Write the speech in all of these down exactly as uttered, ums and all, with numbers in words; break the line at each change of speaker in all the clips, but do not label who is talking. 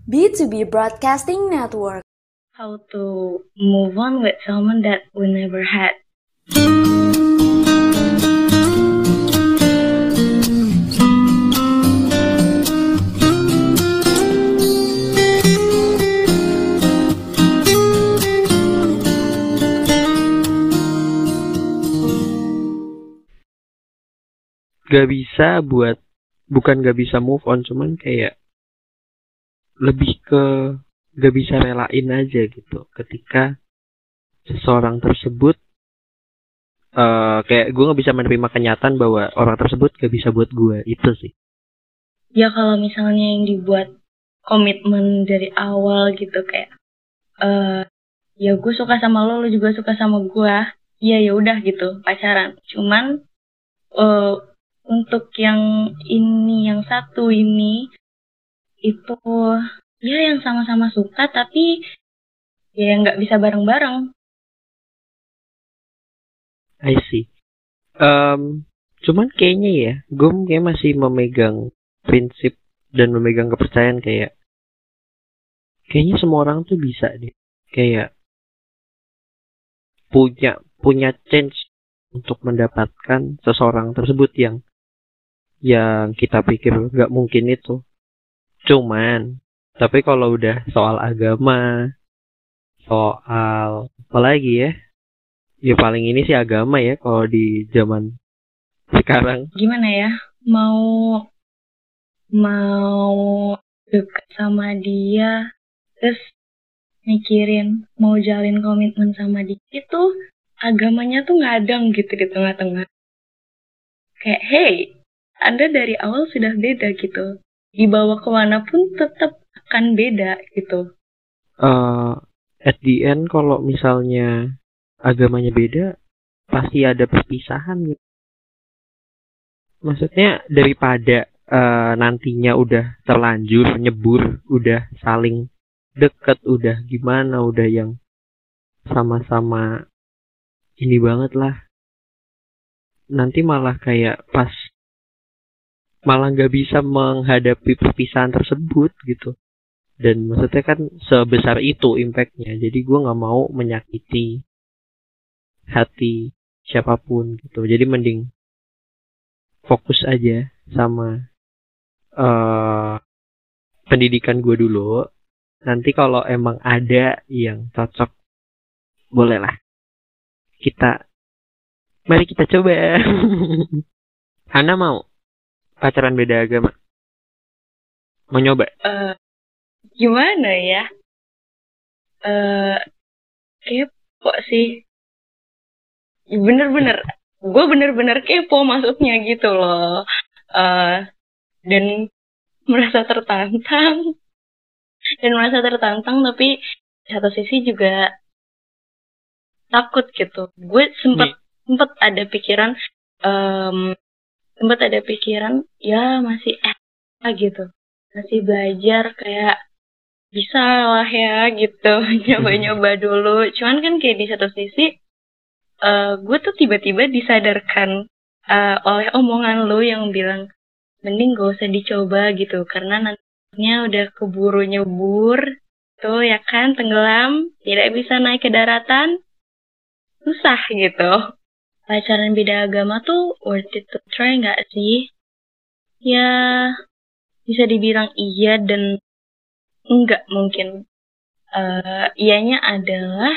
B two B Broadcasting Network.
How to move on with someone that we never had.
Gak bisa buat, bukan gak bisa move on, cuman kayak lebih ke gak bisa relain aja gitu ketika seseorang tersebut uh, kayak gue gak bisa menerima kenyataan bahwa orang tersebut gak bisa buat gue. Itu sih
Ya kalau misalnya yang dibuat komitmen dari awal gitu, kayak uh, ya gue suka sama lo, lo juga suka sama gue, ya ya udah gitu pacaran. Cuman uh, untuk yang ini, yang satu ini itu ya yang sama-sama suka tapi ya nggak bisa bareng-bareng.
I see. Um, cuman kayaknya ya, gue kayak masih memegang prinsip dan memegang kepercayaan kayak kayaknya semua orang tuh bisa deh kayak punya punya chance untuk mendapatkan seseorang tersebut yang yang kita pikir gak mungkin itu. Cuman tapi kalau udah soal agama, soal apa lagi ya, ya paling ini sih agama ya kalau di zaman sekarang.
Gimana ya, mau mau dekat sama dia terus mikirin mau jalin komitmen sama dia, itu agamanya tuh ngadang gitu di tengah-tengah. Kayak hey, Anda dari awal sudah beda gitu, dibawa kemana pun tetap akan beda gitu.
Uh, at the end kalau misalnya agamanya beda pasti ada perpisahan gitu. Maksudnya daripada uh, nantinya udah terlanjur nyebur, udah saling deket, udah gimana, udah yang sama-sama ini banget lah, nanti malah kayak pas malah nggak bisa menghadapi perpisahan tersebut gitu. Dan maksudnya kan sebesar itu impactnya, jadi gue nggak mau menyakiti hati siapapun gitu. Jadi mending fokus aja sama uh, pendidikan gue dulu. Nanti kalau emang ada yang cocok, bolehlah kita, mari kita coba. Hana mau pacaran beda agama? Mau nyoba?
Uh, gimana ya? Uh, kepo sih. Bener-bener, gue bener-bener kepo maksudnya gitu loh. Uh, dan merasa tertantang. Dan merasa tertantang, tapi satu sisi juga takut gitu. Gue sempet, sempet ada pikiran, um, sempet ada pikiran, ya masih eh gitu. Masih belajar kayak bisa lah ya gitu, nyoba-nyoba dulu. Cuman kan kayak di satu sisi uh, gue tuh tiba-tiba disadarkan uh, oleh omongan lo yang bilang mending gak usah dicoba gitu, karena nantinya udah keburu nyebur tuh ya kan, tenggelam, tidak bisa naik ke daratan, susah gitu. Pacaran beda agama tuh worth it to try gak sih? Ya bisa dibilang iya dan enggak mungkin. Uh, iyanya adalah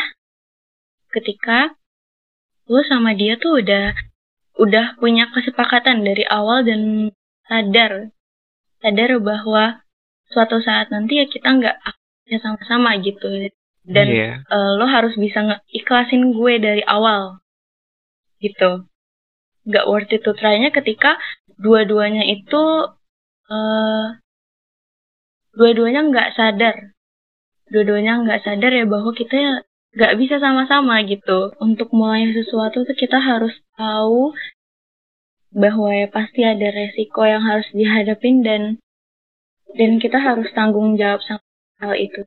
ketika lu sama dia tuh udah udah punya kesepakatan dari awal dan sadar sadar bahwa suatu saat nanti ya kita nggak bisa sama-sama gitu, dan yeah. uh, lo harus bisa ngeikhlasin gue dari awal gitu. Nggak worth it to try-nya ketika dua-duanya itu uh, dua-duanya nggak sadar dua-duanya nggak sadar ya bahwa kita ya nggak bisa sama-sama gitu. Untuk mulai sesuatu tuh kita harus tahu bahwa ya pasti ada resiko yang harus dihadapin, dan dan kita harus tanggung jawab sama hal itu.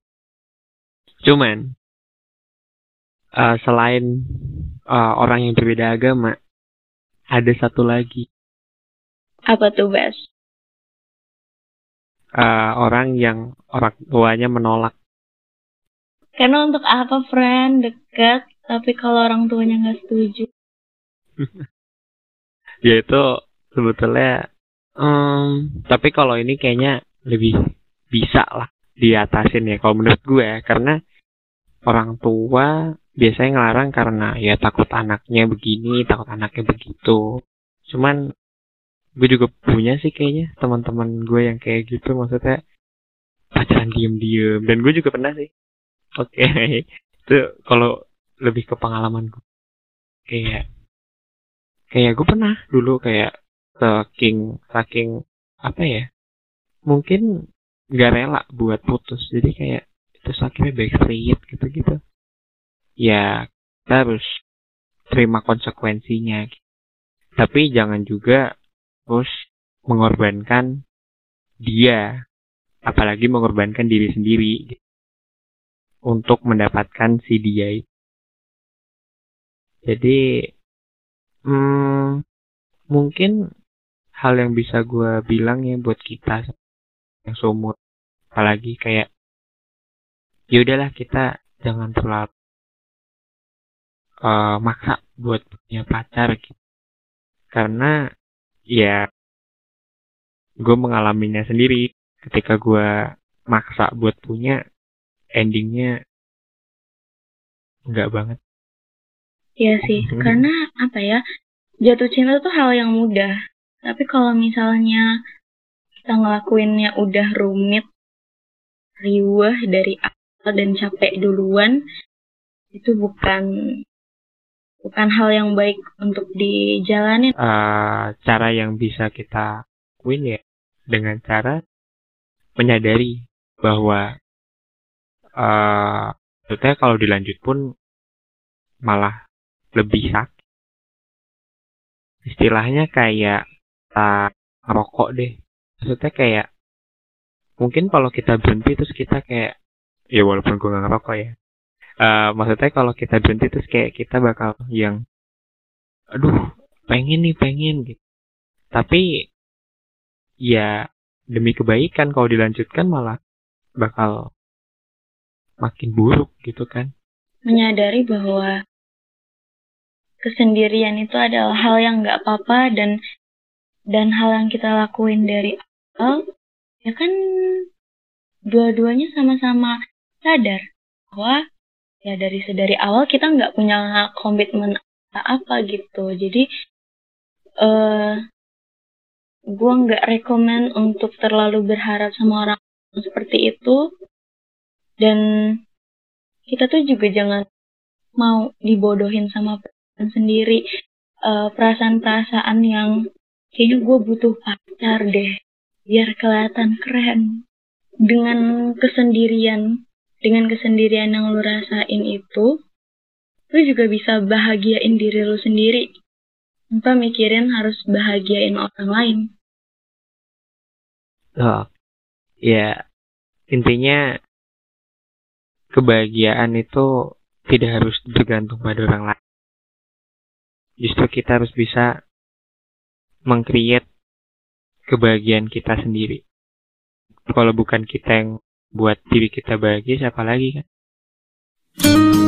Cuman uh, selain uh, orang yang berbeda agama, ada satu lagi.
Apa tuh, Bas?
uh, orang yang orang tuanya menolak.
Karena untuk apa friend dekat tapi kalau orang tuanya nggak setuju?
Ya itu sebetulnya um, tapi kalau ini kayaknya lebih bisa lah diatasin ya kalau menurut gue, karena orang tua biasanya ngelarang karena ya takut anaknya begini, takut anaknya begitu. Cuman gue juga punya sih kayaknya teman-teman gue yang kayak gitu, maksudnya pacaran diem-diem, dan gue juga pernah sih. Oke, okay. Itu kalau lebih ke pengalaman gue, kayak kayak gue pernah dulu kayak saking saking apa ya, mungkin nggak rela buat putus, jadi kayak itu sakitnya backstreet gitu-gitu. Ya kita harus terima konsekuensinya, tapi jangan juga terus mengorbankan dia, apalagi mengorbankan diri sendiri gitu, untuk mendapatkan si dia itu. Jadi hmm, mungkin hal yang bisa gue bilang ya buat kita yang seumur, apalagi kayak ya udahlah kita jangan terlalu uh, maksa buat punya pacar gitu, karena ya gue mengalaminya sendiri. Ketika gue maksa buat punya, endingnya enggak banget.
Iya sih, karena apa ya, jatuh cinta tuh hal yang mudah. Tapi kalau misalnya kita ngelakuinnya udah rumit, riuh dari awal dan capek duluan, itu bukan bukan hal yang baik untuk dijalanin.
Uh, cara yang bisa kita lakuin ya dengan cara menyadari bahwa uh, sebetulnya kalau dilanjut pun malah lebih sakit. Istilahnya kayak kita ngerokok deh. Maksudnya kayak mungkin kalau kita berhenti terus kita kayak, ya walaupun gue gak ngerokok ya, uh, maksudnya kalau kita berhenti terus kayak kita bakal yang aduh pengen nih pengen gitu, tapi ya demi kebaikan kalau dilanjutkan malah bakal makin buruk gitu kan.
Menyadari bahwa kesendirian itu adalah hal yang gak apa-apa, dan dan hal yang kita lakuin dari awal ya kan dua-duanya sama-sama sadar bahwa ya dari sedari awal kita nggak punya komitmen apa gitu. Jadi uh, gue nggak rekomen untuk terlalu berharap sama orang seperti itu, dan kita tuh juga jangan mau dibodohin sama perasaan sendiri, uh, perasaan-perasaan yang kayaknya gue butuh pacar deh biar kelihatan keren. Dengan kesendirian, dengan kesendirian yang lu rasain itu, lu juga bisa bahagiain diri lu sendiri tanpa mikirin harus bahagiain orang lain.
Oh, ya intinya kebahagiaan itu tidak harus bergantung pada orang lain. Justru kita harus bisa meng-create kebahagiaan kita sendiri. Kalau bukan kita yang buat diri kita bahagia, siapa lagi kan?